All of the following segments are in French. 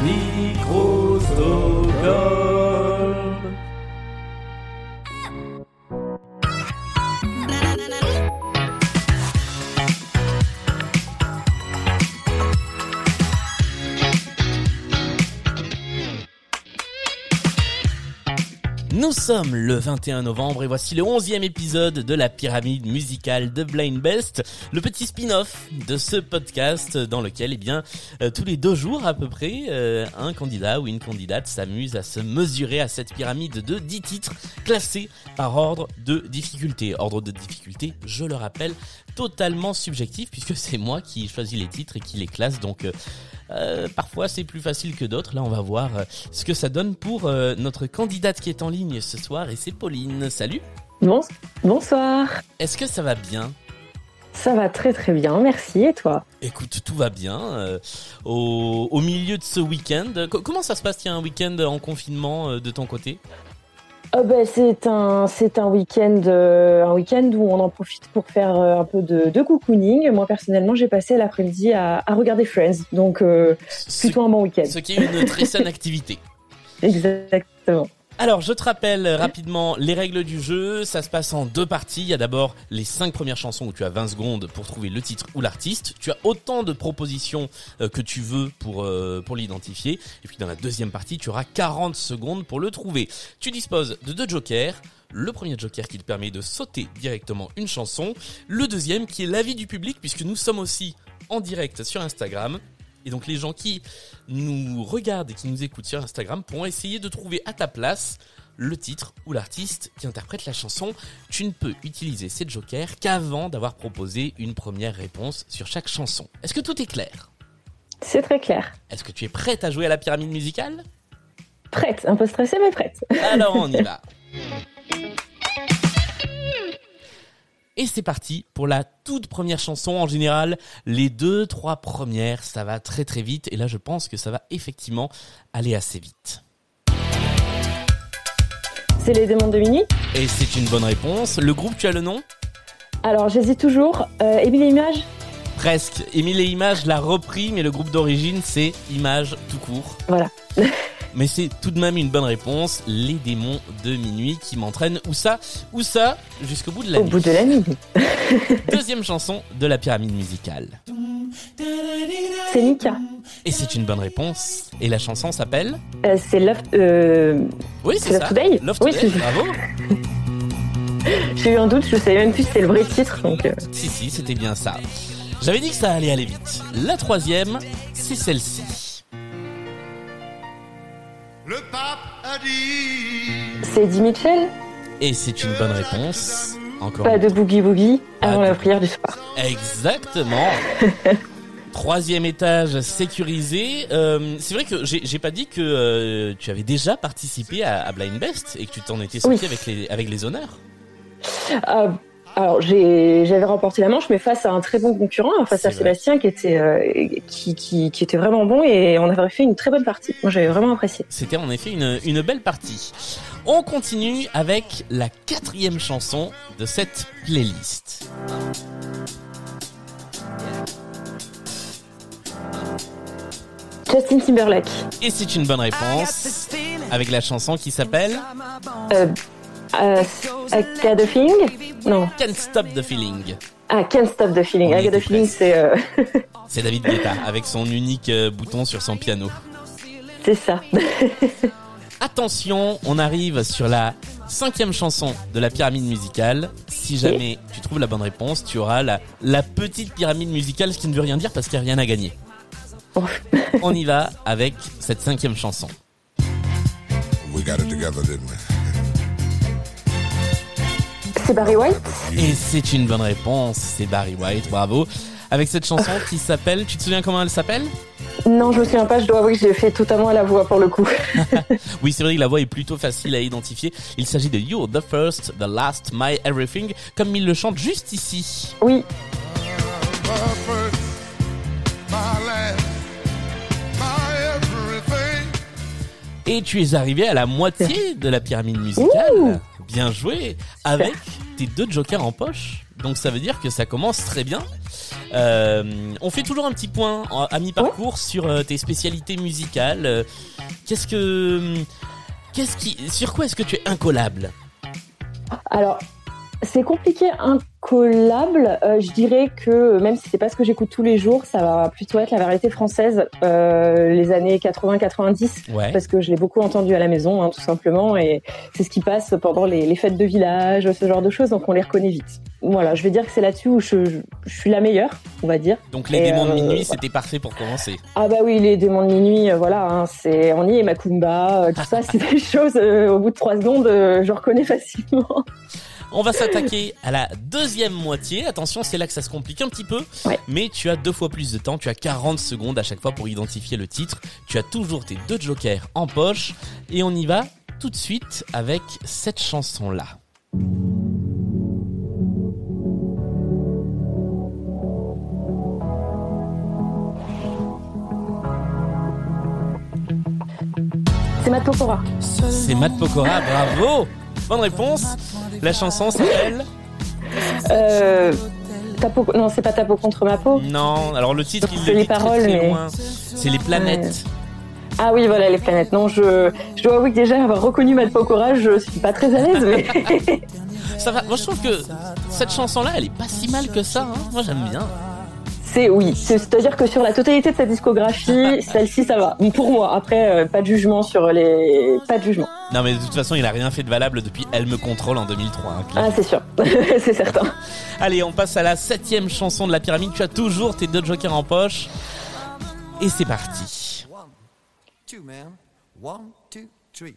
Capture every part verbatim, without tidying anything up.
Microsoft. Nous sommes le vingt et un novembre et voici le onzième épisode de la pyramide musicale de Blind Best, le petit spin-off de ce podcast dans lequel, eh bien, euh, tous les deux jours à peu près, euh, un candidat ou une candidate s'amuse à se mesurer à cette pyramide de dix titres classés par ordre de difficulté. Ordre de difficulté, je le rappelle, totalement subjectif puisque c'est moi qui choisis les titres et qui les classe, donc euh, euh, parfois c'est plus facile que d'autres. Là on va voir euh, ce que ça donne pour euh, notre candidate qui est en ligne ce soir et c'est Pauline. Salut. Bon, bonsoir. Est-ce que ça va bien ? Ça va très très bien, merci. Et toi ? Écoute, tout va bien. Euh, au, au milieu de ce week-end, co- comment ça se passe ? Il y a un week-end en confinement euh, de ton côté ? Oh ben, c'est un c'est un week-end euh, un week-end où on en profite pour faire euh, un peu de, de cocooning. Moi personnellement, j'ai passé l'après-midi à, à regarder Friends, donc euh, ce, plutôt un bon week-end. Ce qui est une très saine activité. Exactement. Alors, je te rappelle rapidement les règles du jeu. Ça se passe en deux parties. Il y a d'abord les cinq premières chansons où tu as vingt secondes pour trouver le titre ou l'artiste. Tu as autant de propositions euh, que tu veux pour euh, pour l'identifier. Et puis dans la deuxième partie, tu auras quarante secondes pour le trouver. Tu disposes de deux jokers. Le premier joker qui te permet de sauter directement une chanson. Le deuxième qui est l'avis du public puisque nous sommes aussi en direct sur Instagram. Et donc les gens qui nous regardent et qui nous écoutent sur Instagram pourront essayer de trouver à ta place le titre ou l'artiste qui interprète la chanson. Tu ne peux utiliser ces jokers qu'avant d'avoir proposé une première réponse sur chaque chanson. Est-ce que tout est clair ? C'est très clair. Est-ce que tu es prête à jouer à la pyramide musicale ? Prête, un peu stressée mais prête. Alors on y va. Et c'est parti pour la toute première chanson. En général, les deux, trois premières, ça va très très vite. Et là, je pense que ça va effectivement aller assez vite. C'est les démons de minuit. Et c'est une bonne réponse. Le groupe, tu as le nom ? Alors j'hésite toujours. Euh, Émile et Images ? Presque. Émile et Images l'a repris, mais le groupe d'origine, c'est Images tout court. Voilà. Mais c'est tout de même une bonne réponse. Les démons de minuit qui m'entraînent où ça, où ça, jusqu'au bout de la Au nuit. bout de la nuit. Deuxième chanson de la pyramide musicale. C'est Mika. Et c'est une bonne réponse. Et la chanson s'appelle ? Euh, c'est Love. Euh... Oui, c'est, c'est ça. Love Today. Love Oui, Today, c'est... bravo. J'ai eu un doute, je savais même plus si c'était le vrai titre. Donc, euh... Si, si, c'était bien ça. J'avais dit que ça allait aller vite. La troisième, c'est celle-ci. Le pape a dit. C'est Eddie Mitchell. Et c'est une bonne réponse. Encore Pas une de boogie boogie avant de- la prière du soir. Exactement. Troisième étage sécurisé. Euh, c'est vrai que j'ai, j'ai pas dit que euh, tu avais déjà participé à, à Blind Best et que tu t'en étais sorti Oui. avec les avec les honneurs. Euh, alors j'ai, j'avais remporté la manche, mais face à un très bon concurrent, face C'est à vrai. Sébastien qui était euh, qui, qui qui était vraiment bon et on avait fait une très bonne partie. Moi j'avais vraiment apprécié. C'était en effet une une belle partie. On continue avec la quatrième chanson de cette playlist. Justin Timberlake. Et c'est une bonne réponse avec la chanson qui s'appelle Euh, euh, I Got a Feeling. Non. Can't Stop the Feeling. Ah, Can't Stop the Feeling. On I Got était a Feeling, presque. c'est euh... C'est David Guetta avec son unique euh, bouton sur son piano. c'est ça. Attention, on arrive sur la cinquième chanson de la pyramide musicale. Si jamais tu trouves la bonne réponse, tu auras la, la petite pyramide musicale, ce qui ne veut rien dire parce qu'il n'y a rien à gagner. Bon. On y va avec cette cinquième chanson. We got it together, didn't we? C'est Barry White. Et c'est une bonne réponse, c'est Barry White, bravo. Avec cette chanson qui s'appelle, tu te souviens comment elle s'appelle ? Non, je me souviens pas. Je dois avouer que j'ai fait totalement à la voix pour le coup. Oui, c'est vrai que la voix est plutôt facile à identifier. Il s'agit de You're the First, the Last, My Everything, comme il le chante juste ici. Oui. Et tu es arrivé à la moitié de la pyramide musicale. Ouh. Bien joué. Avec tes deux jokers en poche. Donc ça veut dire que ça commence très bien. Euh, on fait toujours un petit point à mi-parcours ouais. sur euh, tes spécialités musicales. Euh, qu'est-ce que, qu'est-ce qui, sur quoi est-ce que tu es incollable? Alors, c'est compliqué, incollable. Euh, je dirais que même si c'est pas ce que j'écoute tous les jours, ça va plutôt être la variété française, euh, les années quatre-vingts quatre-vingt-dix, ouais. parce que je l'ai beaucoup entendu à la maison, hein, tout simplement, et c'est ce qui passe pendant les, les fêtes de village, ce genre de choses, donc on les reconnaît vite. Voilà, je vais dire que c'est là-dessus où je, je, je suis la meilleure, on va dire. Donc les et démons de euh, minuit, voilà. C'était parfait pour commencer. Ah bah oui, les démons de minuit, euh, voilà, hein, c'est on y est, Macumba, euh, tout ça, c'est des choses. Euh, au bout de trois secondes, euh, je reconnais facilement. On va s'attaquer à la deuxième moitié. Attention, c'est là que ça se complique un petit peu. Ouais. Mais tu as deux fois plus de temps. Tu as quarante secondes à chaque fois pour identifier le titre. Tu as toujours tes deux jokers en poche. Et on y va tout de suite avec cette chanson-là. C'est Matt Pokora. C'est Matt Pokora, bravo. Bonne réponse. La chanson s'appelle euh, Tapo... Non, c'est pas Tapo contre ma peau. Non, alors le titre, il c'est le les dit paroles, très, très mais... loin. C'est Les Planètes. Ouais. Ah oui, voilà, Les Planètes. Non, je, je dois avouer que déjà avoir reconnu Matt Pokora, je suis pas très à l'aise, mais... Ça va. Moi, je trouve que cette chanson-là, elle est pas si mal que ça. Hein. Moi, j'aime bien. C'est oui, c'est-à-dire que sur la totalité de sa discographie, celle-ci ça va. Pour moi, après euh, pas de jugement sur les, pas de jugement. Non mais de toute façon, il a rien fait de valable depuis Elle me contrôle en deux mille trois. Hein, ah c'est sûr, c'est certain. Allez, on passe à la septième chanson de la pyramide. Tu as toujours tes deux jokers en poche et c'est parti. One, two, man. One, two, three.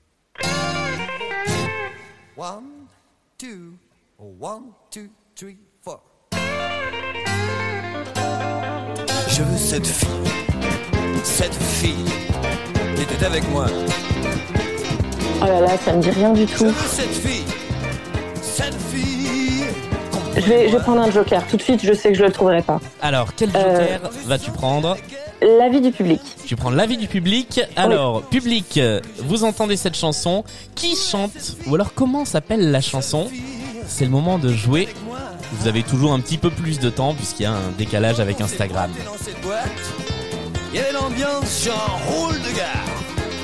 One, two, one, two, three, four. Je veux cette fille, cette fille qui était avec moi. Oh là là, ça me dit rien du tout. Je veux cette fille, cette fille. Je vais, je vais prendre un joker. Tout de suite, je sais que je le trouverai pas. Alors, quel joker euh, vas-tu prendre? L'avis du public. Tu prends l'avis du public. Alors, oui. Public, vous entendez cette chanson. Qui chante? Ou alors, comment s'appelle la chanson? C'est le moment de jouer. Vous avez toujours un petit peu plus de temps puisqu'il y a un décalage avec Instagram. Il y avait l'ambiance sur un rôle de gare.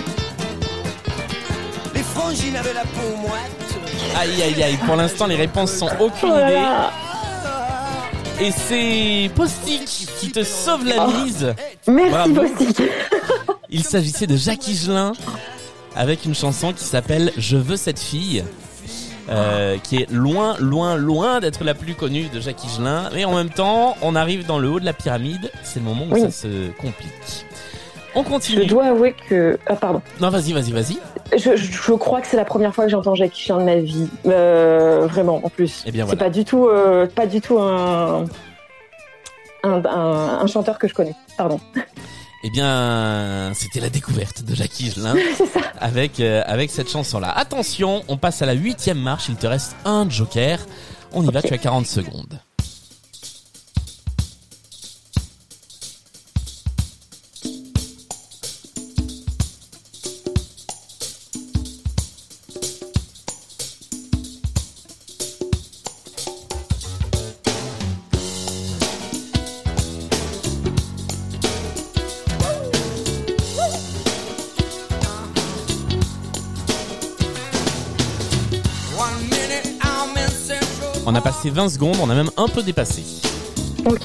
Les frangines avaient la peau moite. Aïe aïe aïe, pour l'instant les réponses sont aucune oh idée. Là. Et c'est Postic qui te sauve la mise. Oh. Merci Postic. Il s'agissait de Jacques Higelin avec une chanson qui s'appelle Je veux cette fille. Euh, qui est loin, loin, loin d'être la plus connue de Jacques Higelin. Mais en même temps, on arrive dans le haut de la pyramide. C'est le moment où oui. ça se complique. On continue. Je dois avouer que... Ah, pardon. Non, vas-y, vas-y, vas-y. Je, je crois que c'est la première fois que j'entends Jacques Higelin de ma vie. Euh, vraiment, en plus. Eh bien, c'est voilà. pas du tout, euh, pas du tout un, un, un, un chanteur que je connais. Pardon. Eh bien, c'était la découverte de Jacques Higelin avec euh, avec cette chanson-là. Attention, on passe à la huitième marche. Il te reste un joker. On y okay. va. Tu as quarante secondes. On a passé vingt secondes, on a même un peu dépassé. Ok.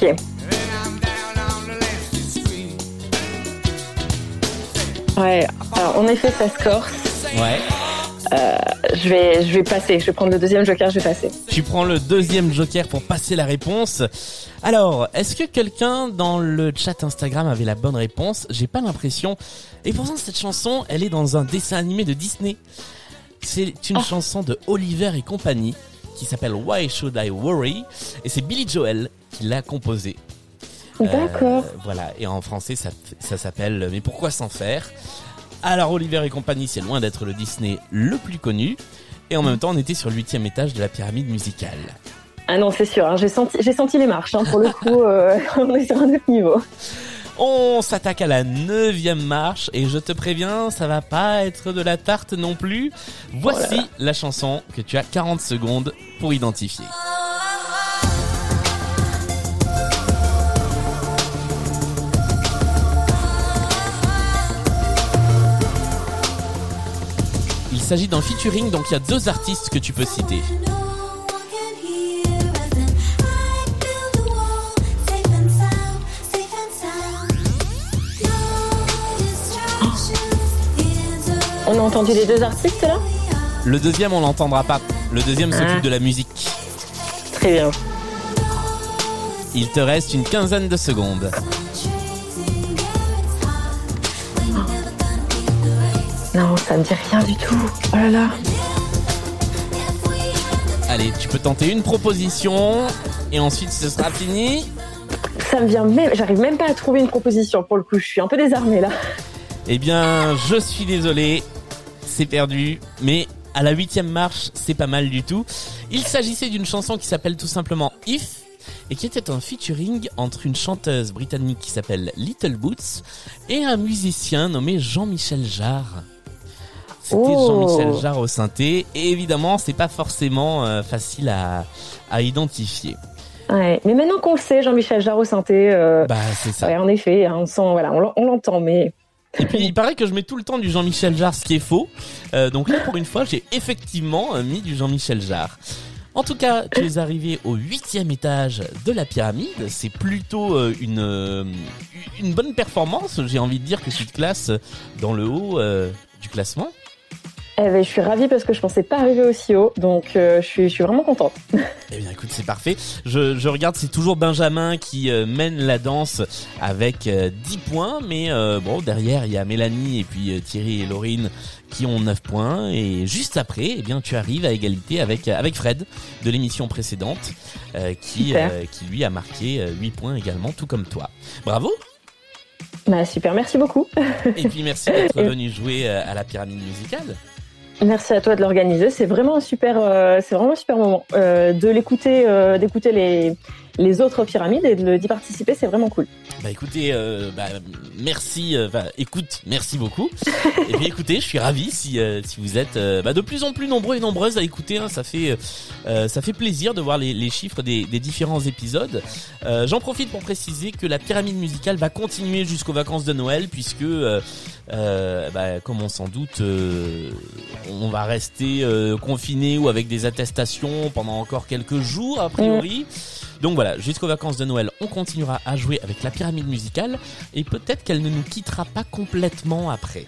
Ouais, alors en effet ça se corse. Ouais. Euh, je vais, je vais passer, je vais prendre le deuxième joker, je vais passer. Tu prends le deuxième joker pour passer la réponse. Alors, est-ce que quelqu'un dans le chat Instagram avait la bonne réponse? J'ai pas l'impression. Et pourtant cette chanson, elle est dans un dessin animé de Disney. C'est une ah. chanson de Oliver et compagnie qui s'appelle Why Should I Worry, et c'est Billy Joel qui l'a composé. D'accord. Euh, voilà, et en français ça, ça s'appelle Mais pourquoi s'en faire? Alors Oliver et compagnie, c'est loin d'être le Disney le plus connu, et en même temps on était sur le huitième étage de la pyramide musicale. Ah non, c'est sûr, hein, j'ai senti, j'ai senti les marches, hein, pour le coup, euh, on est sur un autre niveau. On s'attaque à la neuvième marche et je te préviens, ça va pas être de la tarte non plus. Voici oh là là. La chanson que tu as quarante secondes pour identifier. s'agit d'un featuring, donc il y a deux artistes que tu peux citer. On a entendu les deux artistes là ? Le deuxième, on l'entendra pas. Le deuxième s'occupe Ah. de la musique. Très bien. Il te reste une quinzaine de secondes. Non, ça me dit rien du tout. Oh là là. Allez, tu peux tenter une proposition et ensuite ce sera fini. Ça me vient même, j'arrive même pas à trouver une proposition pour le coup. Je suis un peu désarmée là. Eh bien, je suis désolé, c'est perdu, mais à la huitième marche, c'est pas mal du tout. Il s'agissait d'une chanson qui s'appelle tout simplement If et qui était un featuring entre une chanteuse britannique qui s'appelle Little Boots et un musicien nommé Jean-Michel Jarre. C'était Oh. Jean-Michel Jarre au synthé et évidemment, c'est pas forcément euh, facile à, à identifier. Ouais. Mais maintenant qu'on le sait, Jean-Michel Jarre au synthé, euh, Bah, c'est ça. ouais, en effet, hein, on sent, voilà, on l'en- on l'entend, mais Et puis il paraît que je mets tout le temps du Jean-Michel Jarre, ce qui est faux. Euh, donc là, pour une fois, j'ai effectivement euh, mis du Jean-Michel Jarre. En tout cas, tu es arrivé au huitième étage de la pyramide. C'est plutôt euh, une euh, une bonne performance. J'ai envie de dire que tu te classes dans le haut euh, du classement. eh ben, je suis ravie parce que je pensais pas arriver aussi haut, donc euh, je suis, je suis vraiment contente. Eh bien, écoute, c'est parfait. Je, je regarde, c'est toujours Benjamin qui euh, mène la danse avec euh, dix points. Mais euh, bon, derrière, il y a Mélanie et puis euh, Thierry et Laurine qui ont neuf points. Et juste après, eh bien, tu arrives à égalité avec avec Fred de l'émission précédente euh, qui Super. euh, qui lui a marqué euh, huit points également, tout comme toi. Bravo. Bah super, merci beaucoup. Et puis merci d'être venu jouer euh, à la pyramide musicale. Merci à toi de l'organiser. C'est vraiment un super, euh, c'est vraiment un super moment euh, de l'écouter, euh, d'écouter les les autres pyramides et de d'y participer. C'est vraiment cool. Bah écoutez, euh, bah, merci, euh, bah, écoute, merci beaucoup. Et bien écoutez, je suis ravi si euh, si vous êtes euh, bah, de plus en plus nombreux et nombreuses à écouter. Hein, ça fait euh, ça fait plaisir de voir les, les chiffres des, des différents épisodes. Euh, j'en profite pour préciser que la pyramide musicale va continuer jusqu'aux vacances de Noël, puisque euh, euh, bah, comme on s'en doute, euh, on va rester euh, confiné ou avec des attestations pendant encore quelques jours a priori. Donc voilà, jusqu'aux vacances de Noël, on continuera à jouer avec la pyramide musicale et peut-être qu'elle ne nous quittera pas complètement après.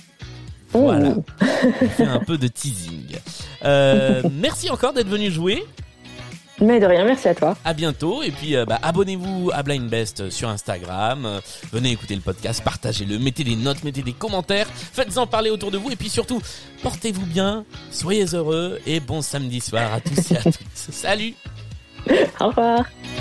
Voilà, Ouh. on fait un peu de teasing. Euh, merci encore d'être venu jouer. Mais de rien, merci à toi. À bientôt et puis euh, bah, abonnez-vous à Blind Best sur Instagram. Euh, venez écouter le podcast, partagez-le, mettez des notes, mettez des commentaires, faites-en parler autour de vous et puis surtout portez-vous bien, soyez heureux et bon samedi soir à tous et à toutes. Salut. Au revoir.